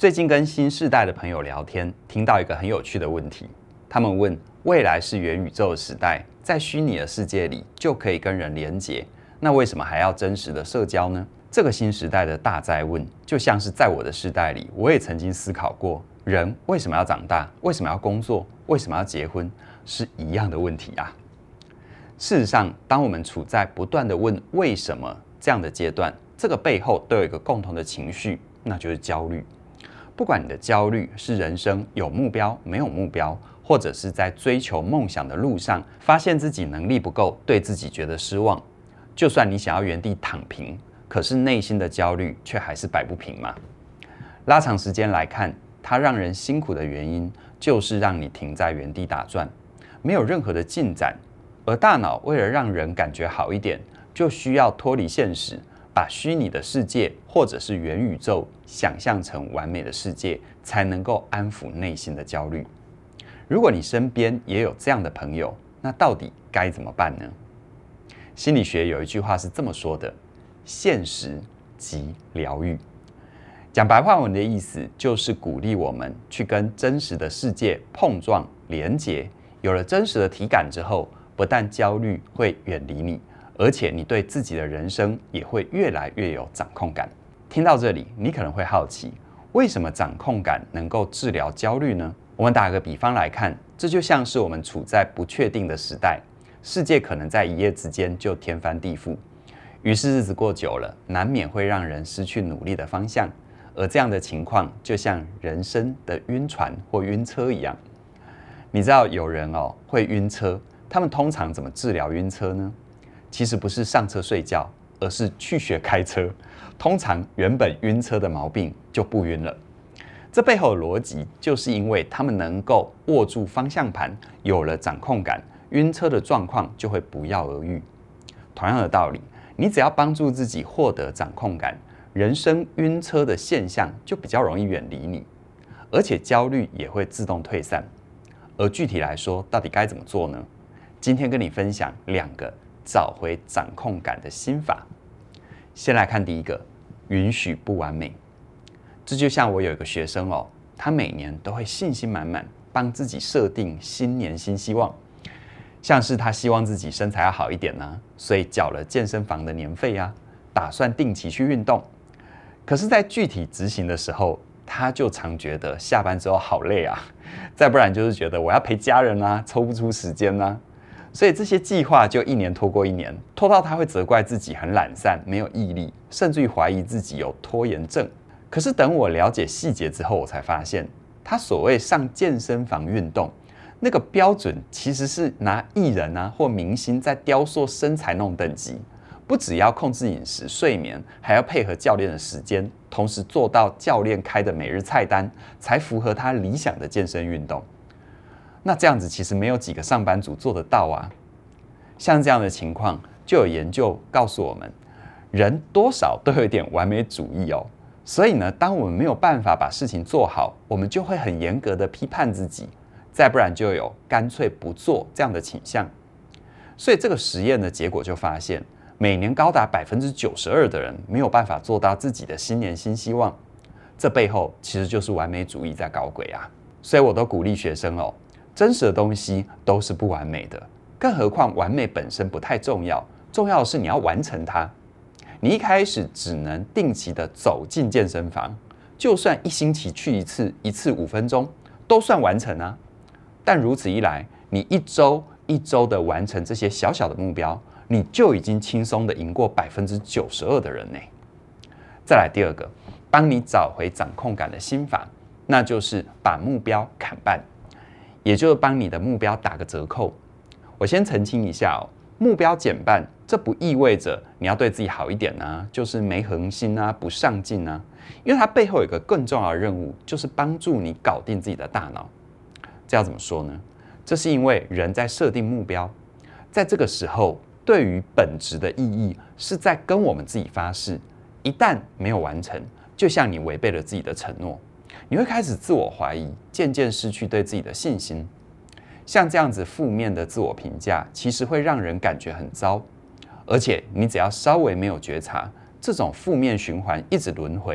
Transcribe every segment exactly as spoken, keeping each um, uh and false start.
最近跟新世代的朋友聊天，听到一个很有趣的问题。他们问：未来是元宇宙的时代，在虚拟的世界里就可以跟人连结，那为什么还要真实的社交呢？这个新时代的大哉问，就像是在我的时代里，我也曾经思考过：人为什么要长大？为什么要工作？为什么要结婚？是一样的问题啊。事实上，当我们处在不断的问为什么这样的阶段，这个背后都有一个共同的情绪，那就是焦虑。不管你的焦虑是人生有目标没有目标，或者是在追求梦想的路上发现自己能力不够，对自己觉得失望，就算你想要原地躺平，可是内心的焦虑却还是摆不平嘛。拉长时间来看，它让人辛苦的原因就是让你停在原地打转，没有任何的进展。而大脑为了让人感觉好一点，就需要脱离现实，把虚拟的世界或者是元宇宙想象成完美的世界，才能够安抚内心的焦虑。如果你身边也有这样的朋友，那到底该怎么办呢？心理学有一句话是这么说的：现实即疗愈。讲白话文的意思就是鼓励我们去跟真实的世界碰撞连结，有了真实的体感之后，不但焦虑会远离你，而且你对自己的人生也会越来越有掌控感。听到这里，你可能会好奇，为什么掌控感能够治疗焦虑呢？我们打个比方来看，这就像是我们处在不确定的时代，世界可能在一夜之间就天翻地覆，于是日子过久了，难免会让人失去努力的方向。而这样的情况就像人生的晕船或晕车一样。你知道有人哦会晕车，他们通常怎么治疗晕车呢？其实不是上车睡觉，而是去学开车。通常原本晕车的毛病就不晕了。这背后的逻辑就是因为他们能够握住方向盘，有了掌控感，晕车的状况就会不药而愈。同样的道理，你只要帮助自己获得掌控感，人生晕车的现象就比较容易远离你，而且焦虑也会自动退散。而具体来说，到底该怎么做呢？今天跟你分享两个找回掌控感的心法。先来看第一个，允许不完美。这就像我有一个学生哦，他每年都会信心满满，帮自己设定新年新希望。像是他希望自己身材要好一点啊，所以缴了健身房的年费啊，打算定期去运动。可是，在具体执行的时候，他就常觉得下班之后好累啊，再不然就是觉得我要陪家人啊，抽不出时间啊。所以这些计划就一年拖过一年，拖到他会责怪自己很懒散，没有毅力，甚至于怀疑自己有拖延症。可是等我了解细节之后，我才发现，他所谓上健身房运动，那个标准其实是拿艺人啊或明星在雕塑身材那种等级。不只要控制饮食、睡眠，还要配合教练的时间，同时做到教练开的每日菜单，才符合他理想的健身运动。那这样子其实没有几个上班族做得到啊。像这样的情况，就有研究告诉我们，人多少都有一点完美主义哦。所以呢，当我们没有办法把事情做好，我们就会很严格的批判自己，再不然就有干脆不做这样的倾向。所以这个实验的结果就发现，每年高达百分之九十二的人没有办法做到自己的新年新希望，这背后其实就是完美主义在搞鬼啊！所以我都鼓励学生哦，真实的东西都是不完美的，更何况完美本身不太重要，重要的是你要完成它。你一开始只能定期的走进健身房，就算一星期去一次，一次五分钟，都算完成啊。但如此一来，你一周一周的完成这些小小的目标，你就已经轻松的赢过百分之九十二的人呢。再来第二个，帮你找回掌控感的心法，那就是把目标砍半，也就是帮你的目标打个折扣。我先澄清一下哦，目标减半，这不意味着你要对自己好一点啊，就是没恒心啊，不上进啊，因为它背后有一个更重要的任务，就是帮助你搞定自己的大脑。这要怎么说呢？这是因为人在设定目标，在这个时候，对于本质的意义是在跟我们自己发誓，一旦没有完成，就像你违背了自己的承诺，你会开始自我怀疑，渐渐失去对自己的信心。像这样子负面的自我评价，其实会让人感觉很糟，而且你只要稍微没有觉察，这种负面循环一直轮回，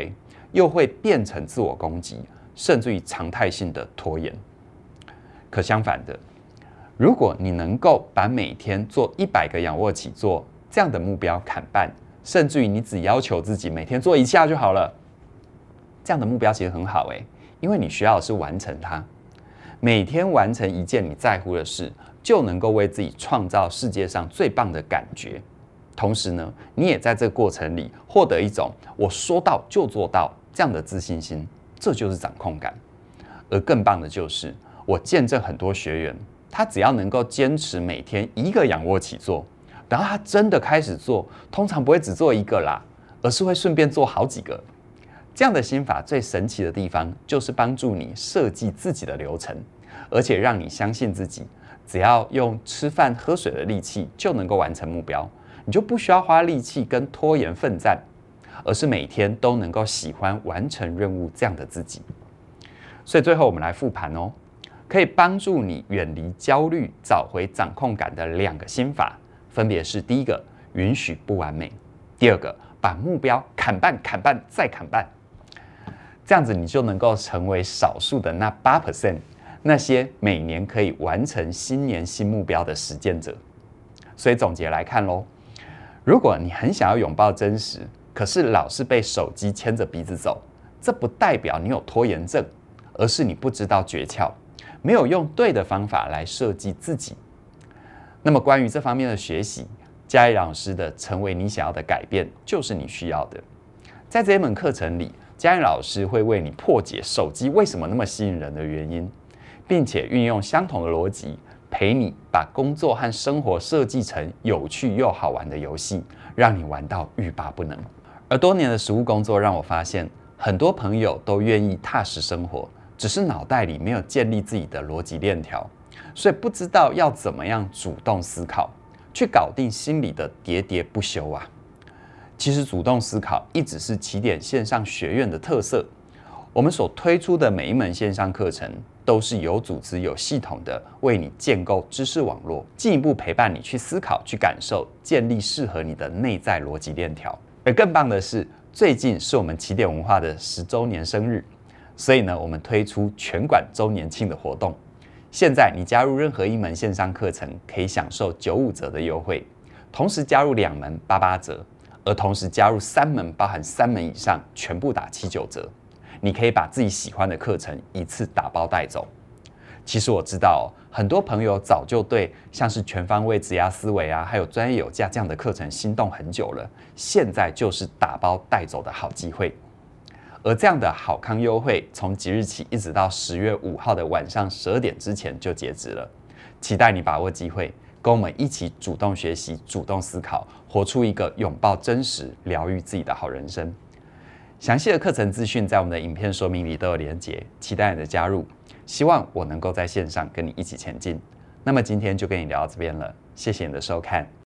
又会变成自我攻击，甚至于常态性的拖延。可相反的，如果你能够把每天做一百个仰卧起坐这样的目标砍半，甚至于你只要求自己每天做一下就好了，这样的目标其实很好诶，因为你需要的是完成它。每天完成一件你在乎的事，就能够为自己创造世界上最棒的感觉。同时呢，你也在这个过程里获得一种我说到就做到这样的自信心，这就是掌控感。而更棒的就是，我见证很多学员，他只要能够坚持每天一个仰卧起坐，然后他真的开始做，通常不会只做一个啦，而是会顺便做好几个。这样的心法最神奇的地方，就是帮助你设计自己的流程，而且让你相信自己，只要用吃饭喝水的力气就能够完成目标，你就不需要花力气跟拖延奋战，而是每天都能够喜欢完成任务这样的自己。所以最后我们来复盘哦，可以帮助你远离焦虑、找回掌控感的两个心法，分别是：第一个，允许不完美；第二个，把目标砍半、砍半再砍半。这样子你就能够成为少数的那 百分之八， 那些每年可以完成新年新目标的实践者。所以总结来看咯，如果你很想要拥抱真实，可是老是被手机牵着鼻子走，这不代表你有拖延症，而是你不知道诀窍，没有用对的方法来设计自己。那么关于这方面的学习，嘉义老师的成为你想要的改变就是你需要的。在这一门课程里，嘉义老师会为你破解手机为什么那么吸引人的原因，并且运用相同的逻辑，陪你把工作和生活设计成有趣又好玩的游戏，让你玩到欲罢不能。而多年的实务工作让我发现，很多朋友都愿意踏实生活，只是脑袋里没有建立自己的逻辑链条，所以不知道要怎么样主动思考，去搞定心里的喋喋不休啊。其实主动思考一直是起点线上学院的特色，我们所推出的每一门线上课程都是有组织有系统的为你建构知识网络，进一步陪伴你去思考、去感受，建立适合你的内在逻辑链条。而更棒的是，最近是我们起点文化的十周年生日，所以呢，我们推出全馆周年庆的活动。现在你加入任何一门线上课程，可以享受九五折的优惠，同时加入两门八八折。而同时加入三门，包含三门以上，全部打七九折。你可以把自己喜欢的课程一次打包带走。其实我知道、哦，很多朋友早就对像是全方位职涯思维啊，还有专业有价这样的课程心动很久了。现在就是打包带走的好机会。而这样的好康优惠，从即日起一直到十月五号的晚上十二点之前就截止了。期待你把握机会，跟我们一起主动学习、主动思考，活出一个拥抱真实、疗愈自己的好人生。详细的课程资讯在我们的影片说明里都有连结，期待你的加入。希望我能够在线上跟你一起前进。那么今天就跟你聊到这边了，谢谢你的收看。